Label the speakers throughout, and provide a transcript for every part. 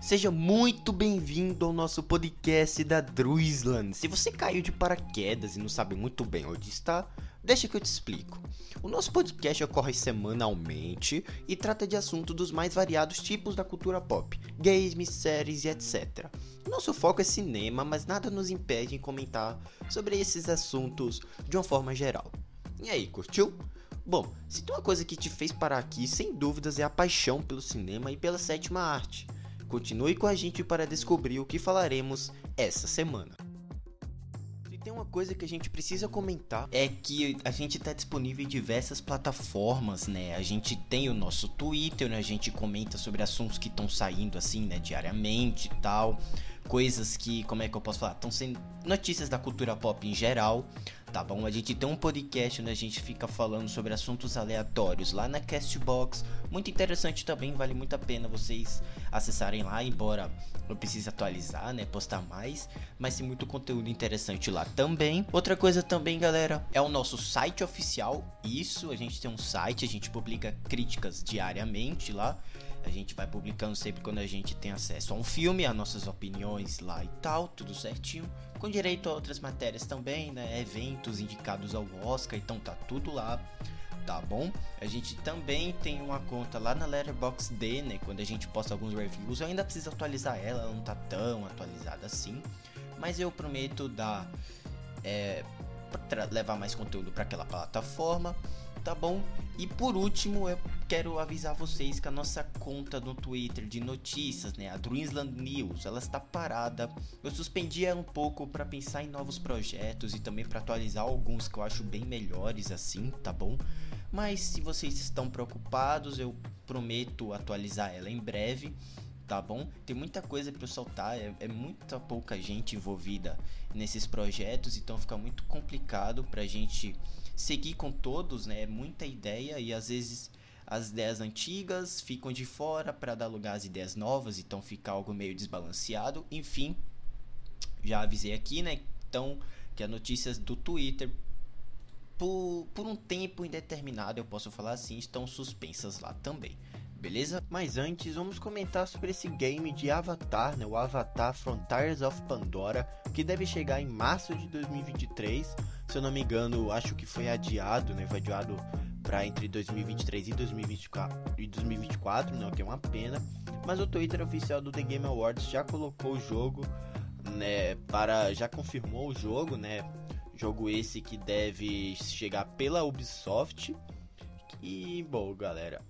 Speaker 1: Seja muito bem-vindo ao nosso podcast da Druisland. Se você caiu de paraquedas e não sabe muito bem onde está, deixa que eu te explico. O nosso podcast ocorre semanalmente e trata de assuntos dos mais variados tipos da cultura pop, games, séries e etc. Nosso foco é cinema, mas nada nos impede em comentar sobre esses assuntos de uma forma geral. E aí, curtiu? Bom, se tem uma coisa que te fez parar aqui, sem dúvidas é a paixão pelo cinema e pela sétima arte. Continue com a gente para descobrir o que falaremos essa semana. E tem uma coisa que a gente precisa comentar, é que a gente está disponível em diversas plataformas, né? A gente tem o nosso Twitter, né? A gente comenta sobre assuntos que estão saindo assim, né, diariamente e tal. Coisas que, como é que eu posso falar? Estão sendo notícias da cultura pop em geral, tá bom? A gente tem um podcast onde a gente fica falando sobre assuntos aleatórios lá na Castbox. Muito interessante também, vale muito a pena vocês acessarem lá, embora eu precise atualizar, né? Postar mais, mas tem muito conteúdo interessante lá também. Outra coisa também, galera, é o nosso site oficial. Isso, a gente tem um site, a gente publica críticas diariamente lá. A gente vai publicando sempre quando a gente tem acesso a um filme, as nossas opiniões lá e tal, tudo certinho. Com direito a outras matérias também, né? Eventos indicados ao Oscar, então tá tudo lá, tá bom? A gente também tem uma conta lá na Letterboxd, né? Quando a gente posta alguns reviews, eu ainda preciso atualizar ela, ela não tá tão atualizada assim. Mas eu prometo levar mais conteúdo para aquela plataforma, tá bom? E por último, eu quero avisar vocês que a nossa conta no Twitter de notícias, né, a Druisland News, ela está parada. Eu suspendi ela um pouco para pensar em novos projetos e também para atualizar alguns que eu acho bem melhores assim, tá bom? Mas se vocês estão preocupados, eu prometo atualizar ela em breve. Tá bom? Tem muita coisa para eu soltar, é muita pouca gente envolvida nesses projetos, então fica muito complicado pra gente seguir com todos, né? É muita ideia e às vezes as ideias antigas ficam de fora para dar lugar às ideias novas, então fica algo meio desbalanceado. Enfim, já avisei aqui, né? Então, que as notícias do Twitter por um tempo indeterminado, eu posso falar assim, estão suspensas lá também. Beleza? Mas antes, vamos comentar sobre esse game de Avatar, né? O Avatar Frontiers of Pandora, que deve chegar em março de 2023. Se eu não me engano, acho que foi adiado, né? Foi adiado para entre 2023 e 2024, né? O que é uma pena. Mas o Twitter oficial do The Game Awards já colocou o jogo, né? Já confirmou o jogo, né? Jogo esse que deve chegar pela Ubisoft. E, bom, galera,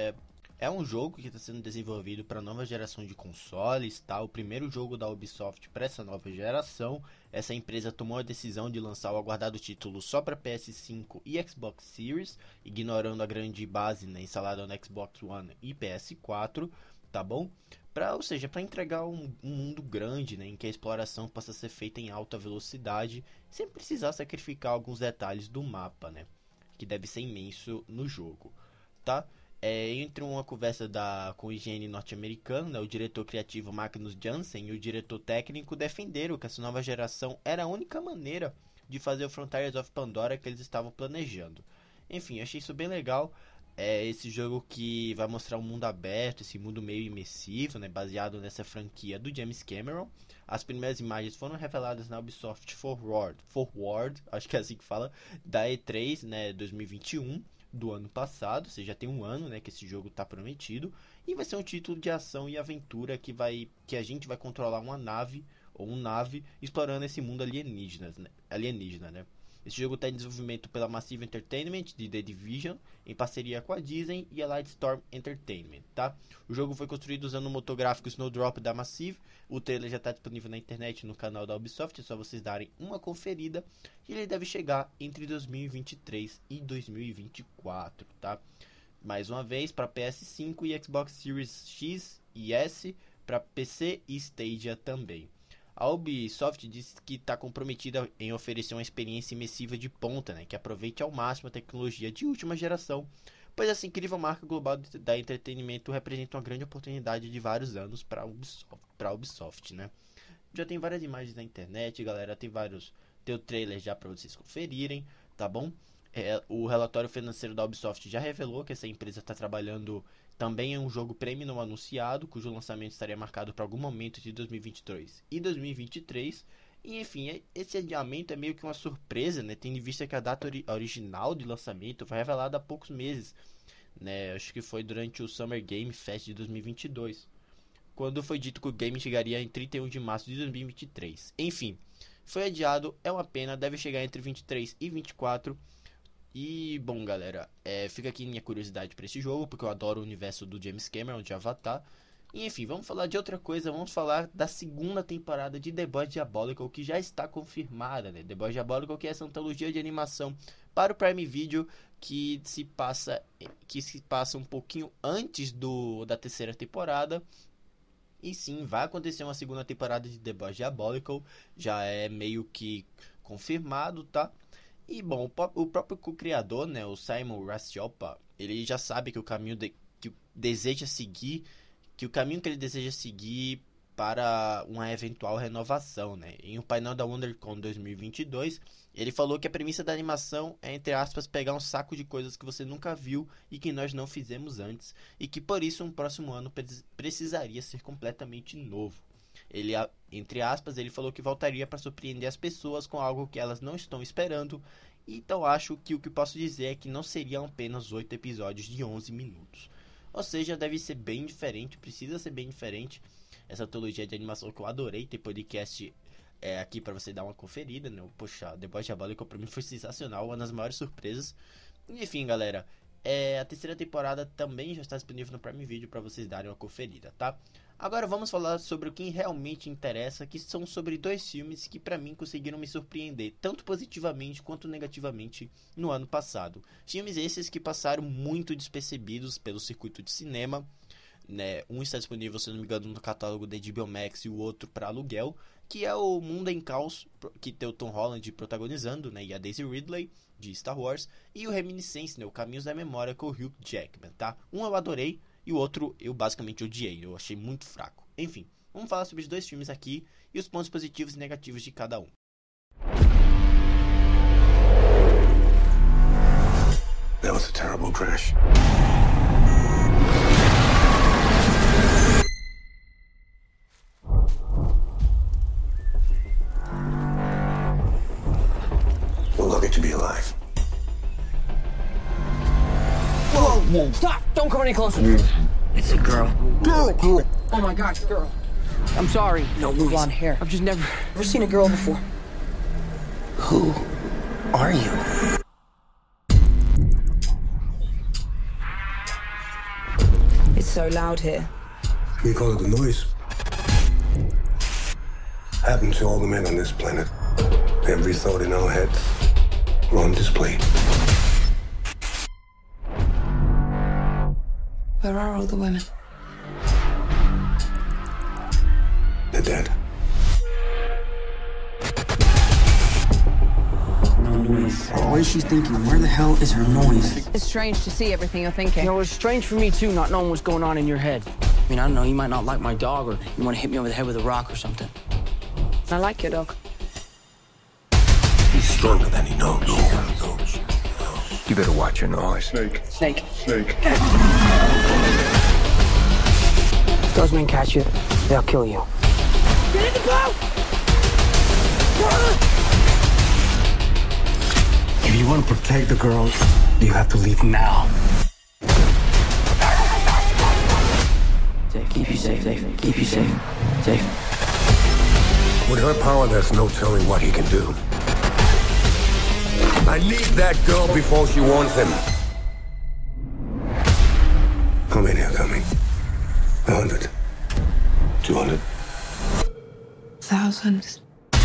Speaker 1: é um jogo que está sendo desenvolvido para a nova geração de consoles, tá? O primeiro jogo da Ubisoft para essa nova geração. Essa empresa tomou a decisão de lançar o aguardado título só para PS5 e Xbox Series, ignorando a grande base, né, instalada no Xbox One e PS4, tá bom? Ou seja, para entregar um mundo grande, né, em que a exploração possa ser feita em alta velocidade, sem precisar sacrificar alguns detalhes do mapa, né, que deve ser imenso no jogo, tá? Entre uma conversa com o IGN norte-americano, né, o diretor criativo Magnus Jansen e o diretor técnico defenderam que essa nova geração era a única maneira de fazer o Frontiers of Pandora que eles estavam planejando. Enfim, achei isso bem legal. Esse jogo que vai mostrar um mundo aberto, esse mundo meio imersivo, né, baseado nessa franquia do James Cameron. As primeiras imagens foram reveladas na Ubisoft Forward, acho que é assim que fala, da E3, né, 2021 do ano passado. Ou seja, já tem um ano, né, que esse jogo está prometido, e vai ser um título de ação e aventura que a gente vai controlar uma nave ou um nave explorando esse mundo alienígena, né? Esse jogo está em desenvolvimento pela Massive Entertainment de The Division, em parceria com a Disney e a Lightstorm Entertainment, tá? O jogo foi construído usando o motor gráfico Snowdrop da Massive. O trailer já está disponível na internet no canal da Ubisoft, é só vocês darem uma conferida. E ele deve chegar entre 2023 e 2024, tá? Mais uma vez para PS5 e Xbox Series X e S, para PC e Stadia também. A Ubisoft diz que está comprometida em oferecer uma experiência imersiva de ponta, né, que aproveite ao máximo a tecnologia de última geração, pois essa incrível marca global da entretenimento representa uma grande oportunidade de vários anos para a Ubisoft, né? Já tem várias imagens na internet, galera, tem o trailer já para vocês conferirem, tá bom? O relatório financeiro da Ubisoft já revelou que essa empresa está trabalhando Também é um jogo premium não anunciado, cujo lançamento estaria marcado para algum momento de 2022 e 2023. E enfim, esse adiamento é meio que uma surpresa, né? Tendo em vista que a data original de lançamento foi revelada há poucos meses, né? Acho que foi durante o Summer Game Fest de 2022, quando foi dito que o game chegaria em 31 de março de 2023. Enfim, foi adiado, é uma pena, deve chegar entre 23 e 24. E, bom, galera, fica aqui minha curiosidade para esse jogo, porque eu adoro o universo do James Cameron, de Avatar. E, enfim, vamos falar de outra coisa, vamos falar da segunda temporada de The Boys Diabolical, que já está confirmada, né? The Boys Diabolical, que é essa antologia de animação para o Prime Video, que se passa um pouquinho antes da terceira temporada. E sim, vai acontecer uma segunda temporada de The Boys Diabolical, já é meio que confirmado, tá? E bom, o próprio co-criador, né, o Simon Rasiopa, ele já sabe que o caminho que ele deseja seguir para uma eventual renovação, né? Em um painel da WonderCon 2022, ele falou que a premissa da animação é, entre aspas, pegar um saco de coisas que você nunca viu e que nós não fizemos antes, e que por isso um próximo ano precisaria ser completamente novo. Ele, entre aspas, ele falou que voltaria para surpreender as pessoas com algo que elas não estão esperando. Então acho que o que posso dizer é que não seriam apenas 8 episódios de 11 minutos. Ou seja, deve ser bem diferente, precisa ser bem diferente. Essa antologia de animação que eu adorei, tem podcast aqui para você dar uma conferida, né? Poxa, The Boys Diabolical pra mim foi sensacional, uma das maiores surpresas. E, enfim, galera, a terceira temporada também já está disponível no Prime Video para vocês darem uma conferida, tá? Agora vamos falar sobre o que realmente interessa, que são sobre 2 filmes que pra mim conseguiram me surpreender, tanto positivamente quanto negativamente no ano passado. Filmes esses que passaram muito despercebidos pelo circuito de cinema, né? Um está disponível, se não me engano, no catálogo da HBO Max e o outro para aluguel, que é o Mundo em Caos, que tem o Tom Holland protagonizando, né? E a Daisy Ridley, de Star Wars, e o Reminiscence, né? O Caminhos da Memória, com o Hugh Jackman, tá? Um eu adorei, e o outro eu basicamente odiei, eu achei muito fraco. Enfim, vamos falar sobre os 2 filmes aqui e os pontos positivos e negativos de cada um.
Speaker 2: That was a terrible crash. We're lucky to be alive.
Speaker 3: Whoa, stop! Don't come any closer. It's a girl. Girl! Oh my gosh, girl. I'm sorry. No, blonde hair. I've just never seen a girl before.
Speaker 2: Who are you?
Speaker 4: It's so loud here.
Speaker 2: We call it the noise. Happened to all the men on this planet. Every thought in our heads were on display.
Speaker 4: Where are all the women?
Speaker 2: They're dead.
Speaker 3: No noise. What is she thinking? Where the hell is her noise?
Speaker 4: It's strange to see everything you're thinking.
Speaker 3: You know, it's strange for me, too, not knowing what's going on in your head. I mean, I don't know, you might not like my dog, or you want to hit me over the head with a rock or something.
Speaker 4: I like your dog.
Speaker 2: He's stronger than he knows. You better watch your noise.
Speaker 3: Snake.
Speaker 2: Snake.
Speaker 3: If those men catch you, they'll kill you. Get in the boat!
Speaker 2: If you want to protect the girl, you have to leave now.
Speaker 3: Safe, keep you safe, keep you safe, safe.
Speaker 2: With her power, there's no telling what he can do. I need that girl before she wants him. How many are coming? 100? 200?
Speaker 4: Thousands.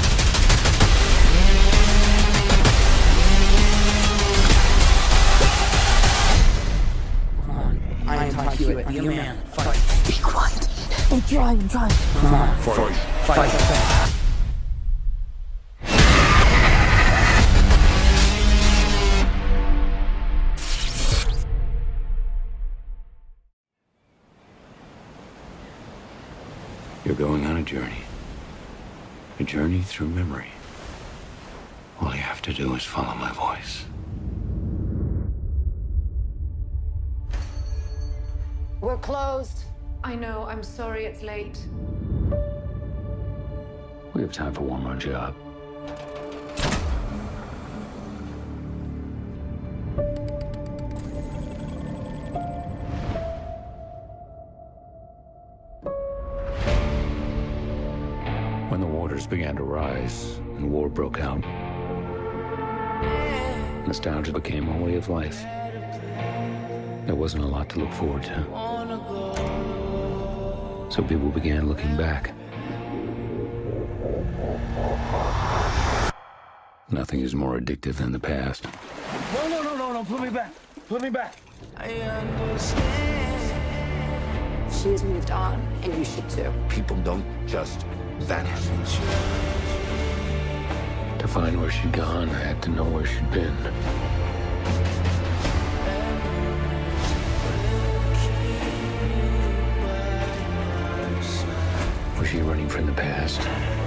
Speaker 3: Come on, I am Ty Hewitt, be a man, fight.
Speaker 4: Be quiet. I'm trying.
Speaker 3: Come on, fight.
Speaker 5: You're going on a journey through memory. All you have to do is follow my voice.
Speaker 4: We're closed.
Speaker 6: I know, I'm sorry it's late.
Speaker 5: We have time for one more job. When the waters began to rise and war broke out, nostalgia became a way of life. There wasn't a lot to look forward to. So people began looking back. Nothing is more addictive than the past.
Speaker 7: No, put me back. Put me back.
Speaker 4: She's moved on, and you should too.
Speaker 2: People don't just vanish.
Speaker 5: To find where she'd gone, I had to know where she'd been. Was she running from the past?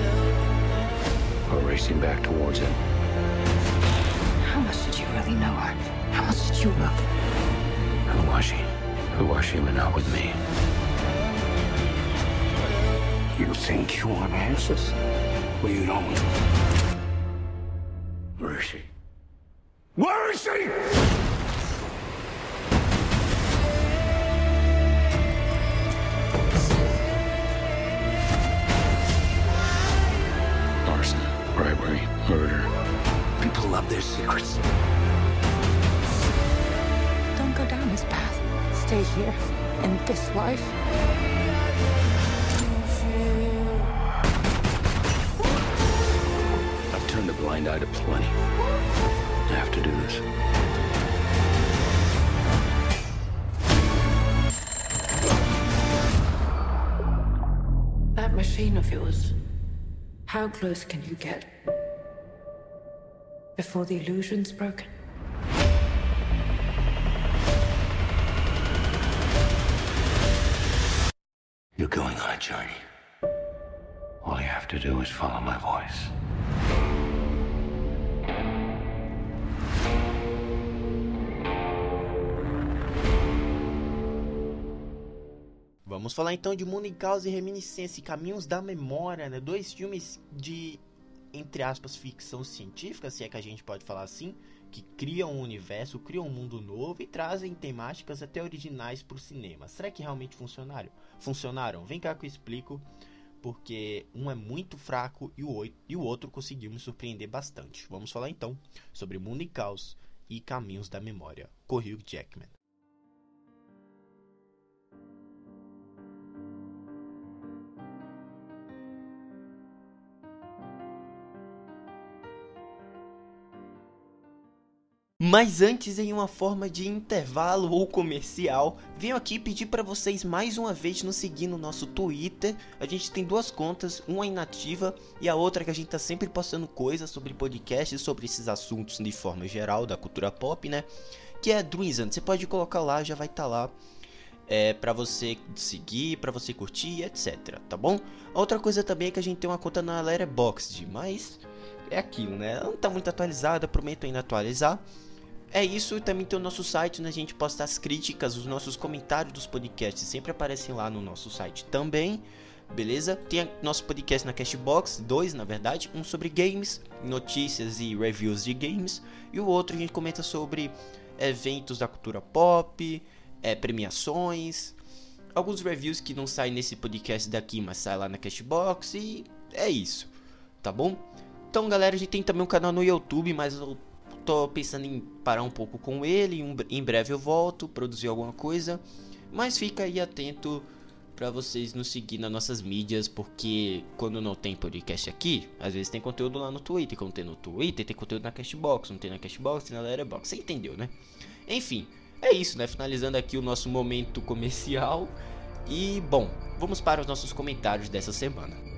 Speaker 5: Or racing back towards it?
Speaker 4: How much did you really know her? How much did you love her?
Speaker 5: Who was she? Who was she but not with me?
Speaker 2: You think you want answers? Well, you don't. Where is she? Where is she?
Speaker 5: Arson, bribery, murder.
Speaker 2: People love their secrets.
Speaker 4: Don't go down this path. Stay here, in this life.
Speaker 5: I've turned a blind eye to plenty. I have to do this.
Speaker 6: That machine of yours, how close can you get before the illusion's broken?
Speaker 2: You're going on a journey.
Speaker 5: All you have to do is follow my voice.
Speaker 1: Vamos falar então de Mundo em Causa e Reminiscência e Caminhos da Memória, né? 2 filmes de, entre aspas, ficção científica, se é que a gente pode falar assim, que criam um universo, criam um mundo novo e trazem temáticas até originais para o cinema. Será que realmente funcionaram? Vem cá que eu explico, porque um é muito fraco e o outro conseguiu me surpreender bastante. Vamos falar então sobre Mundo em Caos e Caminhos da Memória, com Hugh Jackman. Mas antes, em uma forma de intervalo ou comercial, venho aqui pedir para vocês mais uma vez nos seguir no nosso Twitter. A gente tem 2 contas, uma inativa e a outra que a gente tá sempre postando coisas sobre podcasts, sobre esses assuntos de forma geral da cultura pop, né? Que é Dreamsland. Você pode colocar lá, já vai estar lá para você seguir, para você curtir, etc, tá bom? A outra coisa também é que a gente tem uma conta na Letterboxd, mas é aquilo, né? Ela não tá muito atualizada, prometo ainda atualizar. É isso, também tem o nosso site, onde a gente posta as críticas, os nossos comentários dos podcasts sempre aparecem lá no nosso site também, beleza? Tem nosso podcast na Cashbox, 2 na verdade, um sobre games, notícias e reviews de games, e o outro a gente comenta sobre eventos da cultura pop, premiações, alguns reviews que não saem nesse podcast daqui, mas saem lá na Cashbox, e é isso, tá bom? Então galera, a gente tem também um canal no YouTube, mas eu tô pensando em parar um pouco com ele, em breve eu volto, produzir alguma coisa, mas fica aí atento para vocês nos seguir nas nossas mídias, porque quando não tem podcast aqui, às vezes tem conteúdo lá no Twitter, quando tem no Twitter tem conteúdo na Cashbox, não tem na Cashbox, tem na Letterboxd, você entendeu, né? Enfim, é isso, né? Finalizando aqui o nosso momento comercial e, bom, vamos para os nossos comentários dessa semana.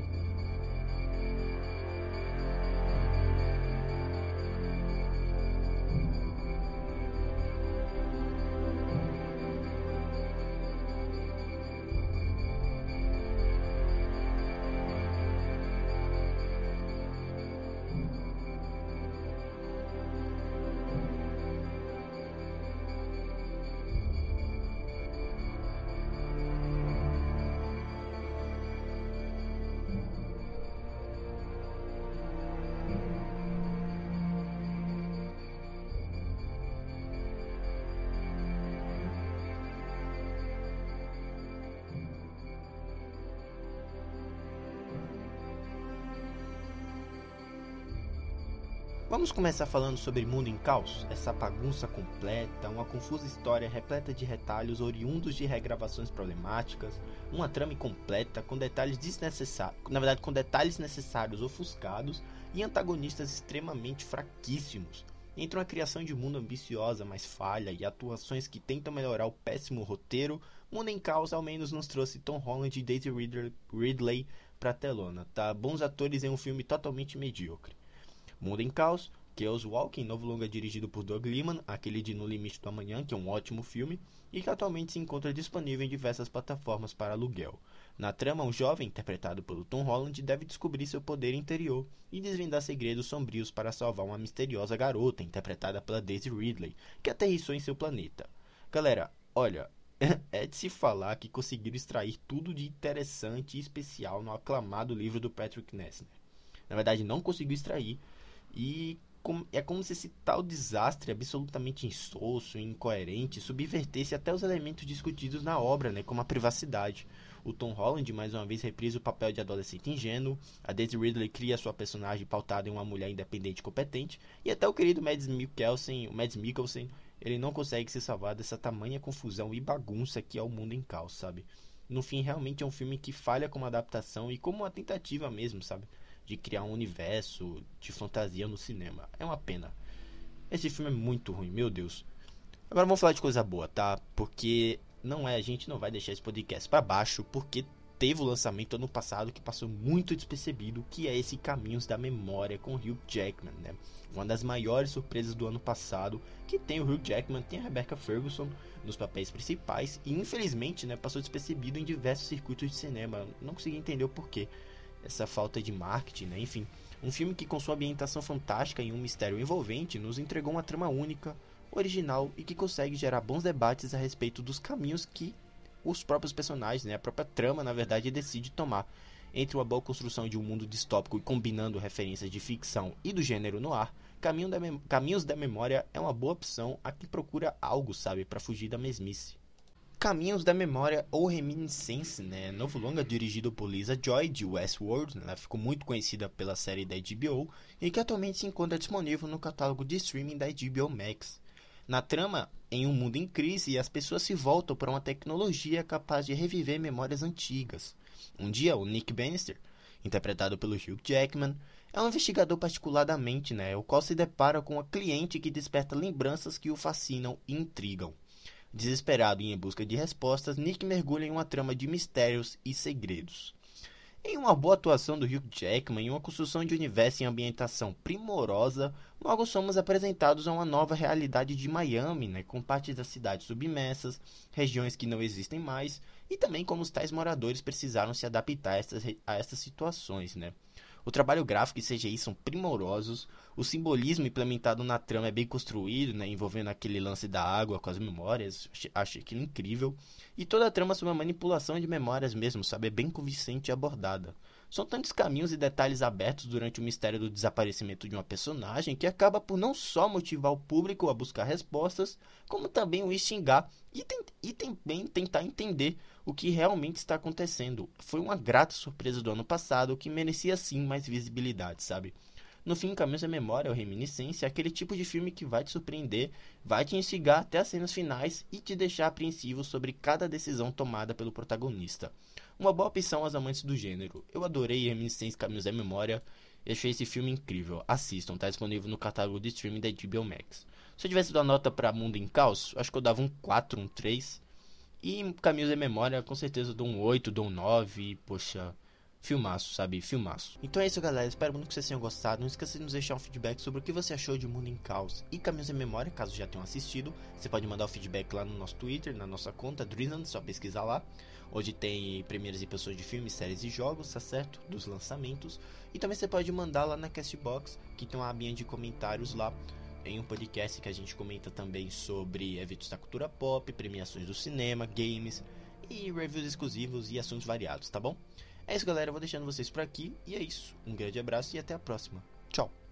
Speaker 1: Vamos começar falando sobre Mundo em Caos, essa bagunça completa, uma confusa história repleta de retalhos oriundos de regravações problemáticas, uma trama incompleta com detalhes desnecessários, com detalhes necessários ofuscados e antagonistas extremamente fraquíssimos. Entre uma criação de mundo ambiciosa, mas falha, e atuações que tentam melhorar o péssimo roteiro, Mundo em Caos ao menos nos trouxe Tom Holland e Daisy Ridley pra telona, tá? Bons atores em um filme totalmente medíocre. Mundo em Caos, Chaos Walking, novo longa dirigido por Doug Liman, aquele de No Limite do Amanhã, que é um ótimo filme, e que atualmente se encontra disponível em diversas plataformas para aluguel. Na trama, um jovem, interpretado pelo Tom Holland, deve descobrir seu poder interior e desvendar segredos sombrios para salvar uma misteriosa garota, interpretada pela Daisy Ridley, que aterrissou em seu planeta. Galera, olha, é de se falar que conseguiram extrair tudo de interessante e especial no aclamado livro do Patrick Nessner. Na verdade, não conseguiu extrair, e é como se esse tal desastre absolutamente insosso e incoerente subvertesse até os elementos discutidos na obra, né, como a privacidade. O Tom Holland mais uma vez reprisa o papel de adolescente ingênuo, a Daisy Ridley cria sua personagem pautada em uma mulher independente e competente, e até o querido Mads Mikkelsen, ele não consegue se salvar dessa tamanha confusão e bagunça que é o Mundo em Caos, sabe? No fim, realmente é um filme que falha como adaptação e como uma tentativa mesmo, sabe? De criar um universo de fantasia no cinema. É uma pena. Esse filme é muito ruim, meu Deus. Agora vamos falar de coisa boa, tá? Porque a gente não vai deixar esse podcast pra baixo, porque teve o lançamento ano passado que passou muito despercebido, que é esse Caminhos da Memória com Hugh Jackman, né? Uma das maiores surpresas do ano passado, que tem o Hugh Jackman, tem a Rebecca Ferguson nos papéis principais, e infelizmente, né, passou despercebido em diversos circuitos de cinema. Não consegui entender o porquê. Essa falta de marketing, né? Enfim, um filme que com sua ambientação fantástica e um mistério envolvente nos entregou uma trama única, original e que consegue gerar bons debates a respeito dos caminhos que os próprios personagens, né, a própria trama, na verdade, decide tomar. Entre uma boa construção de um mundo distópico e combinando referências de ficção e do gênero noir, Caminhos da Memória é uma boa opção a quem procura algo, sabe, para fugir da mesmice. Caminhos da Memória ou Reminiscence, né? Novo longa dirigido por Lisa Joy de Westworld, né? Ela ficou muito conhecida pela série da HBO e que atualmente se encontra disponível no catálogo de streaming da HBO Max. Na trama, em um mundo em crise, as pessoas se voltam para uma tecnologia capaz de reviver memórias antigas. Um dia, o Nick Bannister, interpretado pelo Hugh Jackman, é um investigador particular da mente, né? O qual se depara com uma cliente que desperta lembranças que o fascinam e intrigam. Desesperado e em busca de respostas, Nick mergulha em uma trama de mistérios e segredos. Em uma boa atuação do Hugh Jackman e uma construção de universo e ambientação primorosa, logo somos apresentados a uma nova realidade de Miami, né, com partes da cidade submersas, regiões que não existem mais, e também como os tais moradores precisaram se adaptar a essas situações, né. O trabalho gráfico e CGI são primorosos, o simbolismo implementado na trama é bem construído, né, envolvendo aquele lance da água com as memórias, achei aquilo incrível, e toda a trama sobre a manipulação de memórias mesmo, sabe, é bem convincente e abordada. São tantos caminhos e detalhes abertos durante o mistério do desaparecimento de uma personagem que acaba por não só motivar o público a buscar respostas, como também o xingar e também tentar entender o que realmente está acontecendo. Foi uma grata surpresa do ano passado que merecia sim mais visibilidade, sabe? No fim, Caminhos da Memória ou Reminiscência é aquele tipo de filme que vai te surpreender, vai te instigar até as cenas finais e te deixar apreensivo sobre cada decisão tomada pelo protagonista. Uma boa opção aos amantes do gênero. Eu adorei Reminiscência e Caminhos da Memória e achei esse filme incrível. Assistam, tá disponível no catálogo de streaming da HBO Max. Se eu tivesse dado uma nota para Mundo em Caos, acho que eu dava um 4, um 3. E Caminhos da Memória, com certeza eu dou um 8, dou um 9, poxa... Filmaço, sabe? Filmaço. Então é isso, galera. Espero muito que vocês tenham gostado. Não esqueça de nos deixar um feedback sobre o que você achou de Mundo em Caos e Caminhos da Memória, caso já tenham assistido. Você pode mandar o feedback lá no nosso Twitter, na nossa conta, Dreamland, só pesquisar lá. Onde tem primeiras impressões de filmes, séries e jogos, tá certo? Dos lançamentos. E também você pode mandar lá na Castbox, que tem uma abinha de comentários lá. Em um podcast que a gente comenta também sobre eventos da cultura pop, premiações do cinema, games e reviews exclusivos e assuntos variados, tá bom? É isso, galera, eu vou deixando vocês por aqui, e é isso. Um grande abraço e até a próxima. Tchau!